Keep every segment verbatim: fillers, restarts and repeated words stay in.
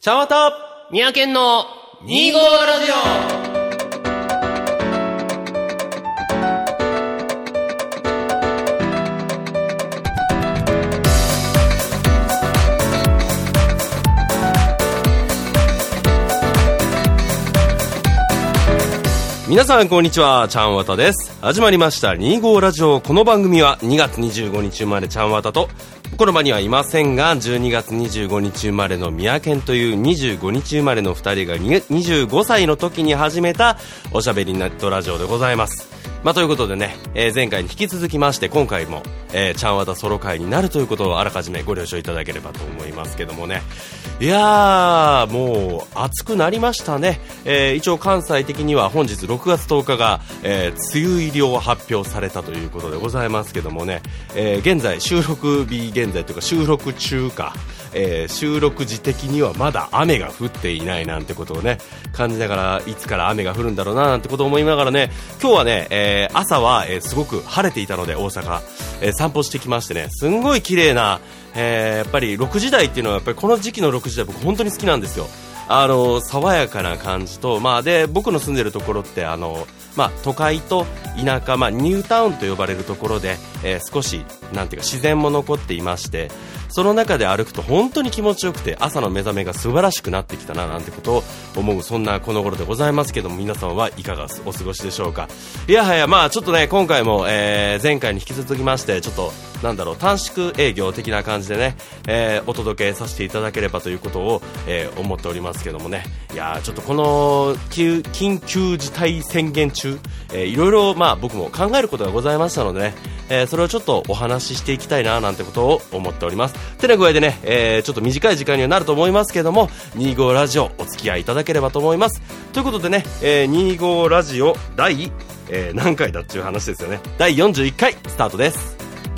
ちゃわた三宅県のに号ラジオ。 皆さんこんにちは、ちゃんわたです。始まりましたに号ラジオ。この番組はにがつにじゅうごにち生まれちゃんわたと、この場にはいませんがじゅうにがつにじゅうごにち生まれの三宅というにじゅうごにち生まれのふたりがにじゅうごさいの時に始めたおしゃべりネットラジオでございます。まあ、ということでね、えー、前回に引き続きまして今回も、えー、ちゃんわたソロ会になるということをあらかじめご了承いただければと思いますけどもね。いやーもう暑くなりましたね。えー、一応関西的には本日ろくがつとおかが、えー、梅雨入りを発表されたということでございますけどもね、えー、現在収録日現在というか収録中か、えー、収録時的にはまだ雨が降っていないなんてことをね感じながら、いつから雨が降るんだろうななんてことを思いながらね、今日はね、えー、朝は、えー、すごく晴れていたので大阪、えー、散歩してきましてね、すんごい綺麗な、えー、やっぱりろくじ台っていうのはやっぱりこの時期のろくじ台僕本当に好きなんですよ。あの爽やかな感じと、まあ、で僕の住んでるところってあの、まあ、都会と田舎、まあ、ニュータウンと呼ばれるところで、えー、少しなんていうか自然も残っていまして、その中で歩くと本当に気持ちよくて朝の目覚めが素晴らしくなってきたななんてことを思う、そんなこの頃でございますけども、皆さんはいかがお過ごしでしょうか。いやはやまあちょっとね今回も、えー、前回に引き続きましてちょっとなんだろう短縮営業的な感じでね、えー、お届けさせていただければということを、えー、思っておりますけどもね。いやちょっとこの緊急事態宣言中、えー、いろいろまあ僕も考えることがございましたのでね、えー、それをちょっとお話ししていきたいななんてことを思っております。てな具合でね、えー、ちょっと短い時間にはなると思いますけどもに号ラジオお付き合いいただければと思います。ということでね、えー、に号ラジオ第、えー、何回だっていう話ですよね。だいよんじゅういっかいスタートです。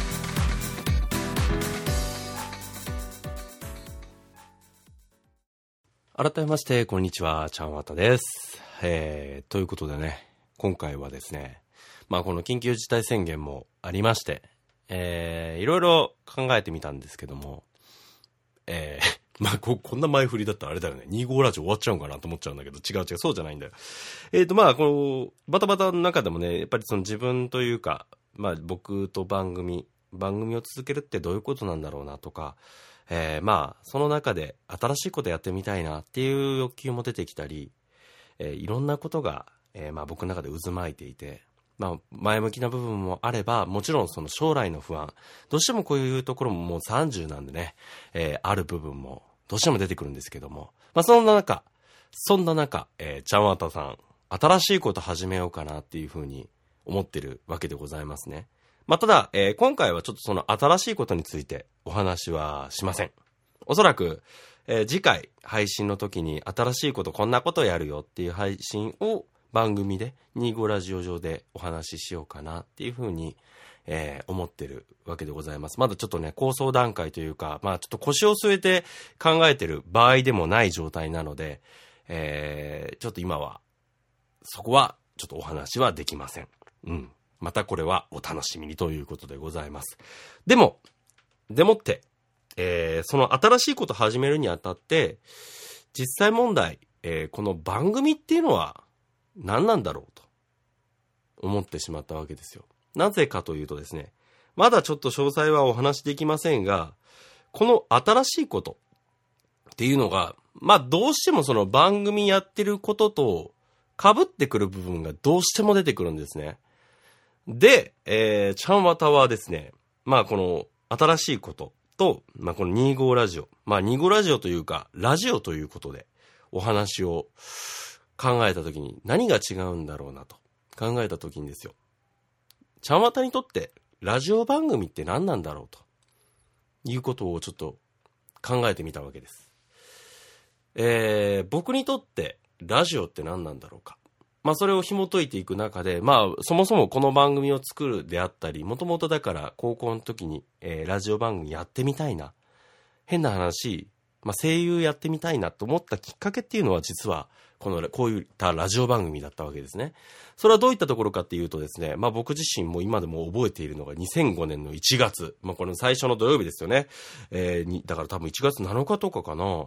改めましてこんにちは、ちゃんわたです。えー、ということでね、今回はですね、まあこの緊急事態宣言もありまして、えー、いろいろ考えてみたんですけども、えー、まあ こ, こんな前振りだったらあれだよね、に号ラジオ終わっちゃうんかなと思っちゃうんだけど、違う違う、そうじゃないんだよ。えーとまあこのバタバタの中でもね、やっぱりその自分というか、まあ僕と番組番組を続けるってどういうことなんだろうなとか、えー、まあその中で新しいことやってみたいなっていう欲求も出てきたり、えー、いろんなことが、えー、まあ僕の中で渦巻いていて、まあ前向きな部分もあれば、もちろんその将来の不安、どうしてもこういうところももうさんじゅうなんでね、えー、ある部分もどうしても出てくるんですけども、まあそんな中そんな中、えー、ちゃんわたさん新しいこと始めようかなっていうふうに思ってるわけでございますね。まあ、ただ、えー、今回はちょっとその新しいことについてお話はしません。おそらく、えー、次回配信の時に新しいことこんなことやるよっていう配信を番組でに号ラジオ上でお話ししようかなっていうふうに、えー、思ってるわけでございます。まだちょっとね構想段階というか、まあちょっと腰を据えて考えてる場合でもない状態なので、えー、ちょっと今はそこはちょっとお話はできません。うん。またこれはお楽しみにということでございます。でも、でもって、えー、その新しいことを始めるにあたって、実際問題、えー、この番組っていうのは何なんだろうと思ってしまったわけですよ。なぜかというとですね、まだちょっと詳細はお話しできませんが、この新しいことっていうのが、まあどうしてもその番組やってることと被ってくる部分がどうしても出てくるんですね。で、えー、ちゃんわたはですね、まあこの新しいことと、まあこのに号ラジオ、まあに号ラジオというか、ラジオということでお話を考えたときに何が違うんだろうなと考えたときにですよ。ちゃんわたにとってラジオ番組って何なんだろうということをちょっと考えてみたわけです。えー、僕にとってラジオって何なんだろうか。まあそれを紐解いていく中で、まあそもそもこの番組を作るであったり、もともとだから高校の時に、えー、ラジオ番組やってみたいな。変な話、まあ声優やってみたいなと思ったきっかけっていうのは実はこのこういったラジオ番組だったわけですね。それはどういったところかっていうとですね、まあ僕自身も今でも覚えているのがにせんごねんのいちがつ、まあこの最初の土曜日ですよね。えー、にだから多分いちがつなのかとかかな。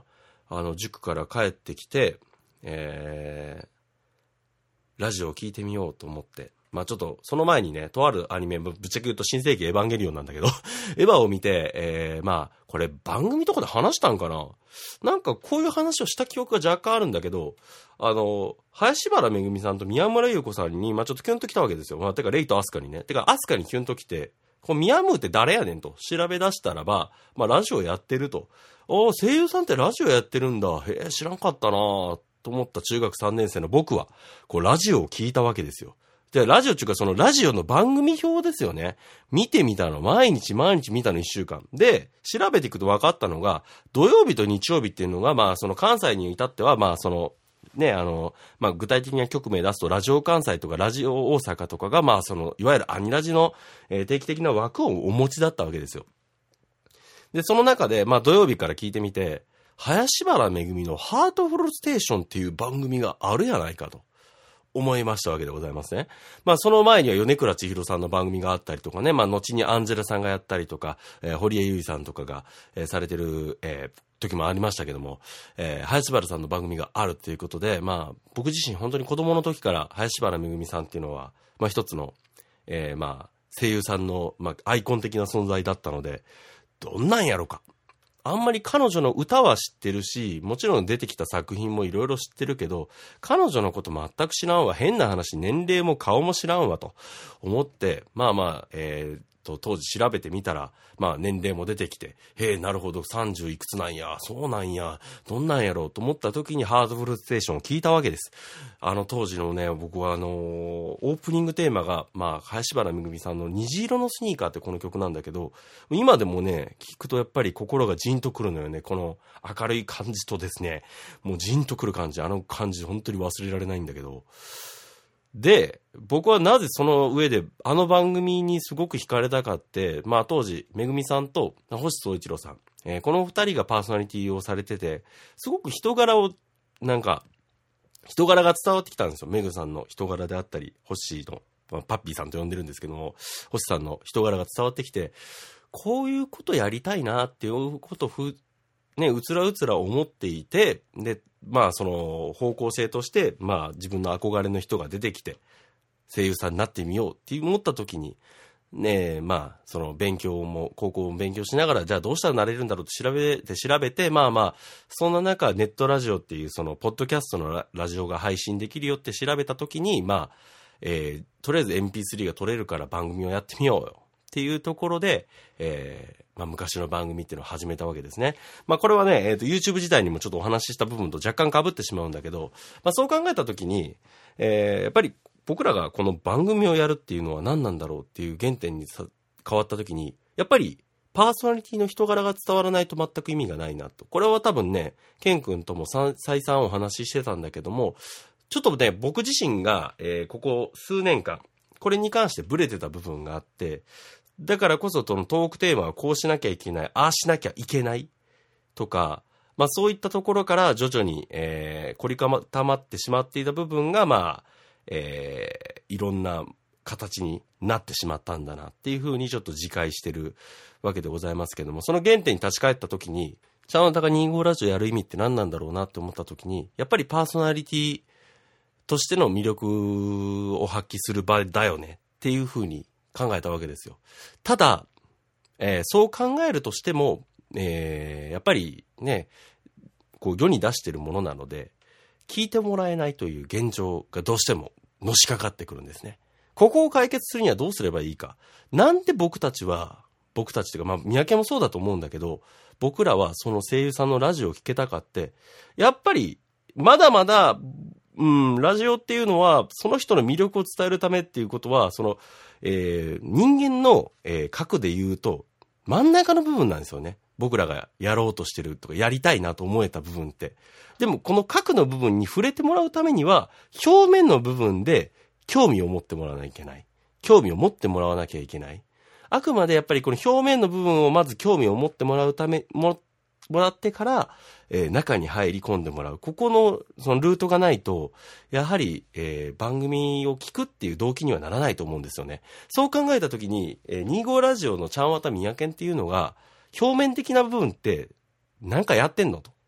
あの、塾から帰ってきて、えー、ラジオを聞いてみようと思って、まあちょっと、その前にね、とあるアニメ、ぶっちゃけ言うと新世紀エヴァンゲリオンなんだけど、エヴァを見て、えー、まあ、これ番組とかで話したんかな？なんかこういう話をした記憶が若干あるんだけど、あの、林原めぐみさんと宮村優子さんに、まあちょっとキュンと来たわけですよ。まあ、てか、レイとアスカにね。てか、アスカにキュンと来て、この宮村って誰やねんと調べ出したらば、まあラジオやってると。おー、声優さんってラジオやってるんだ。へえ、知らんかったなぁ。と思った中学さんねん生の僕は、こう、ラジオを聞いたわけですよ。で、ラジオっていうかそのラジオの番組表ですよね。見てみたの。毎日毎日見たのいっしゅうかん。で、調べていくと分かったのが、土曜日と日曜日っていうのが、まあその関西に至っては、まあその、ね、あの、まあ具体的な局名出すと、ラジオ関西とかラジオ大阪とかが、まあその、いわゆるアニラジの、えー、定期的な枠をお持ちだったわけですよ。で、その中で、まあ土曜日から聞いてみて、林原めぐみのハートフルステーションっていう番組があるやないかと。思いましたわけでございますね。まあその前には米倉千尋さんの番組があったりとかね、まあ後にアンジェラさんがやったりとか、えー、堀江由衣さんとかが、えー、されてる、えー、時もありましたけども、えー、林原さんの番組があるということで、まあ僕自身本当に子供の時から林原めぐみさんっていうのは、まあ一つの、えー、まあ声優さんの、まあアイコン的な存在だったので、どんなんやろか。あんまり彼女の歌は知ってるし、もちろん出てきた作品もいろいろ知ってるけど、彼女のこと全く知らんわ、変な話、年齢も顔も知らんわと思って、まあまあ、えー、と当時調べてみたら、まあ年齢も出てきて、へえ、なるほど、さんじゅういくつなんや、そうなんや、どんなんやろうと思った時にハートフルステーションを聞いたわけです。あの当時のね、僕はあのー、オープニングテーマが、まあ林原めぐみさんの虹色のスニーカーってこの曲なんだけど、今でもね、聞くとやっぱり心がジンとくるのよね。この明るい感じとですね、もうジンとくる感じ、あの感じ本当に忘れられないんだけど、で、僕はなぜその上であの番組にすごく惹かれたかって、まあ当時、めぐみさんと星総一郎さん、えー、この二人がパーソナリティをされてて、すごく人柄を、なんか、人柄が伝わってきたんですよ。めぐさんの人柄であったり、星の、まあ、パッピーさんと呼んでるんですけども、星さんの人柄が伝わってきて、こういうことやりたいなっていうことをふ、ね、うつらうつら思っていて、で、まあその方向性として、まあ自分の憧れの人が出てきて、声優さんになってみようって思った時に、ねえ、まあその勉強も、高校も勉強しながら、じゃあどうしたらなれるんだろうと調べて調べて、まあまあ、そんな中、ネットラジオっていうその、ポッドキャストの ラ, ラジオが配信できるよって調べた時に、まあ、えー、とりあえず エムピースリー が取れるから番組をやってみようよ。っていうところで、えー、まあ昔の番組っていうのを始めたわけですね。まあこれはね、えっと YouTube 自体にもちょっとお話しした部分と若干被ってしまうんだけど、まあそう考えたときに、えー、やっぱり僕らがこの番組をやるっていうのは何なんだろうっていう原点にさ変わったときに、やっぱりパーソナリティの人柄が伝わらないと全く意味がないなと。これは多分ね、ケン君とも再三お話ししてたんだけども、ちょっとね、僕自身が、えー、ここ数年間、これに関してブレてた部分があって、だからこそそのトークテーマはこうしなきゃいけない、ああしなきゃいけないとか、まあそういったところから徐々に、えー、凝り固まってしまっていた部分が、まあ、えー、いろんな形になってしまったんだなっていうふうにちょっと自戒してるわけでございますけども、その原点に立ち返った時に、ちゃんとがにじゅうごラジオやる意味って何なんだろうなって思った時に、やっぱりパーソナリティとしての魅力を発揮する場だよねっていうふうに考えたわけですよ。ただ、えー、そう考えるとしても、えー、やっぱりね、こう世に出しているものなので、聞いてもらえないという現状がどうしてものしかかってくるんですね。ここを解決するにはどうすればいいか。なんで僕たちは、僕たちというか、まあ、三宅もそうだと思うんだけど、僕らはその声優さんのラジオを聞けたかって、やっぱり、まだまだ、うん、ラジオっていうのは、その人の魅力を伝えるためっていうことは、その、えー、人間の、えー、核で言うと、真ん中の部分なんですよね。僕らがやろうとしてるとか、やりたいなと思えた部分って。でも、この核の部分に触れてもらうためには、表面の部分で興味を持ってもらわなきゃいけない。興味を持ってもらわなきゃいけない。あくまでやっぱりこの表面の部分をまず興味を持ってもらうため、も、もらってから、えー、中に入り込んでもらう。ここの、そのルートがないと、やはり、えー、番組を聞くっていう動機にはならないと思うんですよね。そう考えたときに、えー、にじゅうごラジオのちゃんわたみやけんっていうのが、表面的な部分って、なんかやってんのと。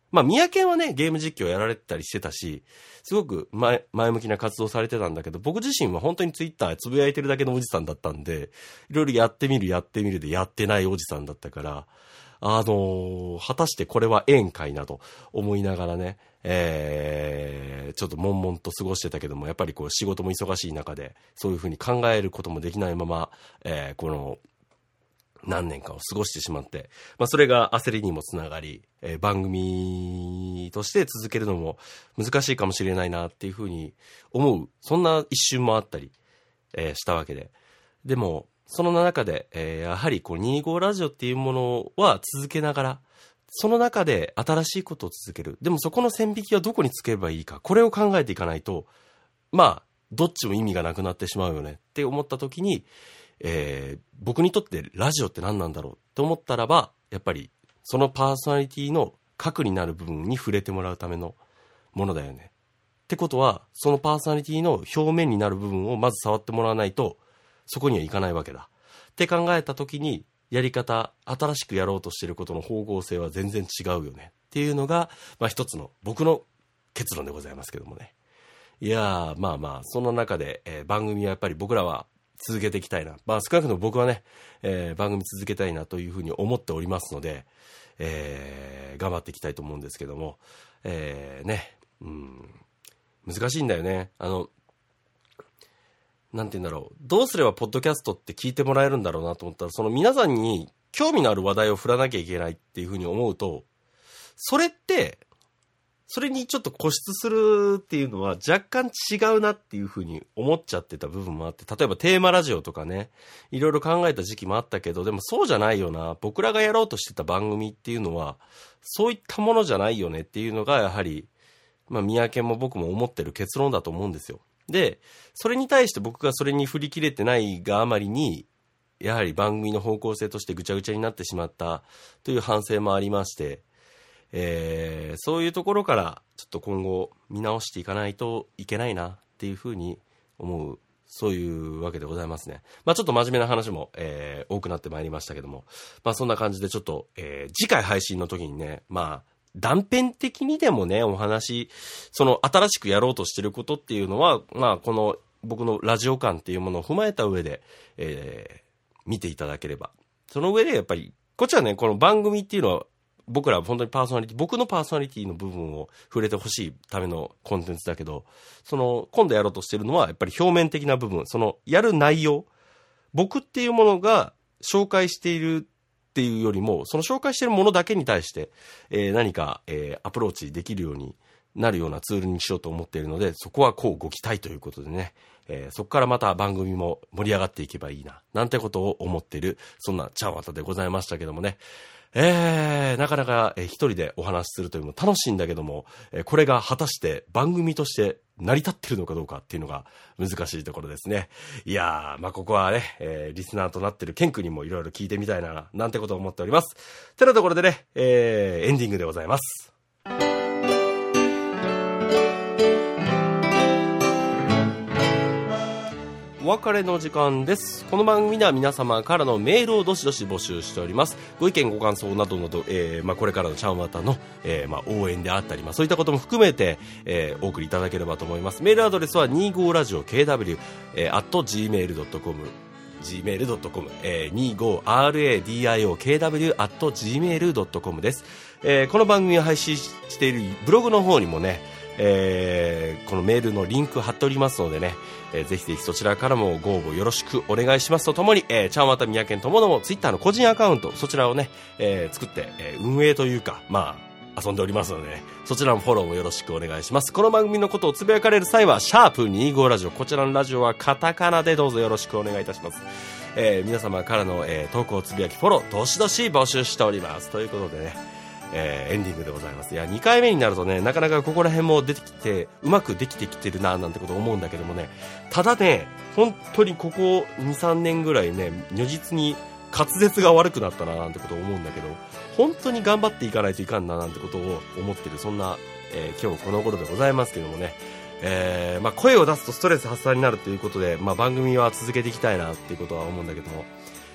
まあ、宮健はね、ゲーム実況やられてたりしてたし、すごく前、前向きな活動されてたんだけど、僕自身は本当にツイッターつぶやいてるだけのおじさんだったんで、いろいろやってみるやってみるでやってないおじさんだったから、あのー、果たしてこれはええんかいなと思いながらね、えー、ちょっと悶々と過ごしてたけども、やっぱりこう仕事も忙しい中で、そういうふうに考えることもできないまま、えー、この、何年かを過ごしてしまって、まあそれが焦りにもつながり、えー、番組として続けるのも難しいかもしれないなっていうふうに思う、そんな一瞬もあったり、えー、したわけで。でも、その中で、えー、やはりこうにじゅうごラジオっていうものは続けながら、その中で新しいことを続ける。でもそこの線引きはどこにつければいいか、これを考えていかないと、まあ、どっちも意味がなくなってしまうよねって思った時に、えー、僕にとってラジオって何なんだろうって思ったらば、やっぱりそのパーソナリティの核になる部分に触れてもらうためのものだよね。ってことは、そのパーソナリティの表面になる部分をまず触ってもらわないと、そこにはいかないわけだ。って考えた時に、やり方、新しくやろうとしていることの方向性は全然違うよね。っていうのが、まあ一つの僕の結論でございますけどもね。いやー、まあまあ、その中で、えー、番組はやっぱり僕らは続けていきたいな。まあ少なくとも僕はね、えー、番組続けたいなというふうに思っておりますので、えー、頑張っていきたいと思うんですけども、えー、ね、うん、難しいんだよね。あの、なんて言うんだろう。どうすればポッドキャストって聞いてもらえるんだろうなと思ったら、その皆さんに興味のある話題を振らなきゃいけないっていうふうに思うと、それって、それにちょっと固執するっていうのは若干違うなっていうふうに思っちゃってた部分もあって、例えばテーマラジオとかね、いろいろ考えた時期もあったけど、でもそうじゃないよな。僕らがやろうとしてた番組っていうのは、そういったものじゃないよねっていうのが、やはり、まあ、宮家も僕も思ってる結論だと思うんですよ。で、それに対して僕がそれに振り切れてないがあまりに、やはり番組の方向性としてぐちゃぐちゃになってしまったという反省もありまして、えー、そういうところからちょっと今後見直していかないといけないなっていうふうに思う、そういうわけでございますね。まあちょっと真面目な話も、えー、多くなってまいりましたけども、まあそんな感じでちょっと、えー、次回配信の時にね、まあ断片的にでもね、お話、その新しくやろうとしてることっていうのは、まあこの僕のラジオ感っていうものを踏まえた上で、えー、見ていただければ。その上でやっぱり、こっちはね、この番組っていうのは、僕らは本当にパーソナリティ、僕のパーソナリティの部分を触れてほしいためのコンテンツだけど、その、今度やろうとしてるのは、やっぱり表面的な部分、その、やる内容、僕っていうものが紹介しているっていうよりも、その紹介しているものだけに対して、えー、何か、えー、アプローチできるようになるようなツールにしようと思っているので、そこはこうご期待ということでね、えー、そこからまた番組も盛り上がっていけばいいな、なんてことを思っている、そんなちゃんわたでございましたけどもね。えー、なかなか、えー、一人でお話しするというのも楽しいんだけども、えー、これが果たして番組として成り立ってるのかどうかっていうのが難しいところですね。いやー、まあ、ここはね、えー、リスナーとなってるケン君にもいろいろ聞いてみたいな、なんてことを思っております。てなところでね、えー、エンディングでございます。お別れの時間です。この番組では皆様からのメールをどしどし募集しております。ご意見ご感想などなど、えーまあ、これからのちゃんわたの、えーまあ、応援であったり、まあ、そういったことも含めて、えー、お送りいただければと思います。メールアドレスは にじゅうごラジオケーダブリュー えー、アット ジーメールドットコム ジーメールドットコム、えー、にじゅうごラジオケーダブリュー アット ジーメールドットコム です。えー、この番組を配信しているブログの方にもね、えー、このメールのリンク貼っておりますのでね、えー、ぜひぜひそちらからもご応募よろしくお願いしますとともに、えー、ちゃんわたみやけんともどもツイッターの個人アカウント、そちらをね、えー、作って、えー、運営というか、まあ遊んでおりますのでね、そちらのフォローもよろしくお願いします。この番組のことをつぶやかれる際はシャープにじゅうごラジオ、こちらのラジオはカタカナでどうぞよろしくお願いいたします。えー、皆様からの、えー、投稿つぶやきフォローどしどし募集しておりますということでね、えー、エンディングでございます。いや、にかいめになるとね、なかなかここら辺も出てきてうまくできてきてるななんてことを思うんだけどもね、ただね、本当にここ にさんねんぐらいね、如実に滑舌が悪くなったななんてことを思うんだけど、本当に頑張っていかないといかんななんてことを思ってる、そんな、えー、今日この頃でございますけどもね、えーまあ、声を出すとストレス発散になるということで、まあ、番組は続けていきたいなっていうことは思うんだけども、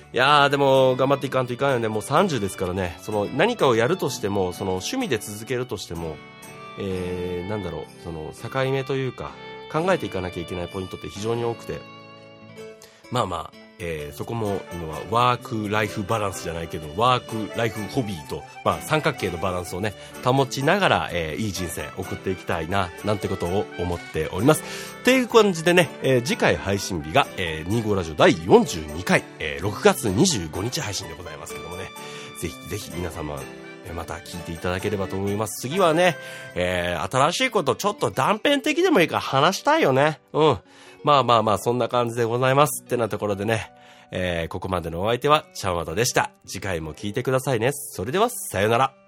いやーでも頑張っていかんといかんよね。もうさんじゅうですからね。その何かをやるとしても、その趣味で続けるとしても、えー、なんだろう、その境目というか考えていかなきゃいけないポイントって非常に多くて、まあまあ、えー、そこも今はワークライフバランスじゃないけど、ワークライフホビーと、まあ、三角形のバランスをね保ちながら、えー、いい人生送っていきたいななんてことを思っております。という感じでね、えー、次回配信日が、えー、にじゅうごラジオだいよんじゅうにかい、えー、ろくがつにじゅうごにち配信でございますけどもね、ぜひぜひ皆様また聞いていただければと思います。次はね、えー、新しいことちょっと断片的でもいいから話したいよね。うん。まあまあまあそんな感じでございますってなところでね、えー、ここまでのお相手はちゃんわたでした。次回も聞いてくださいね。それではさよなら。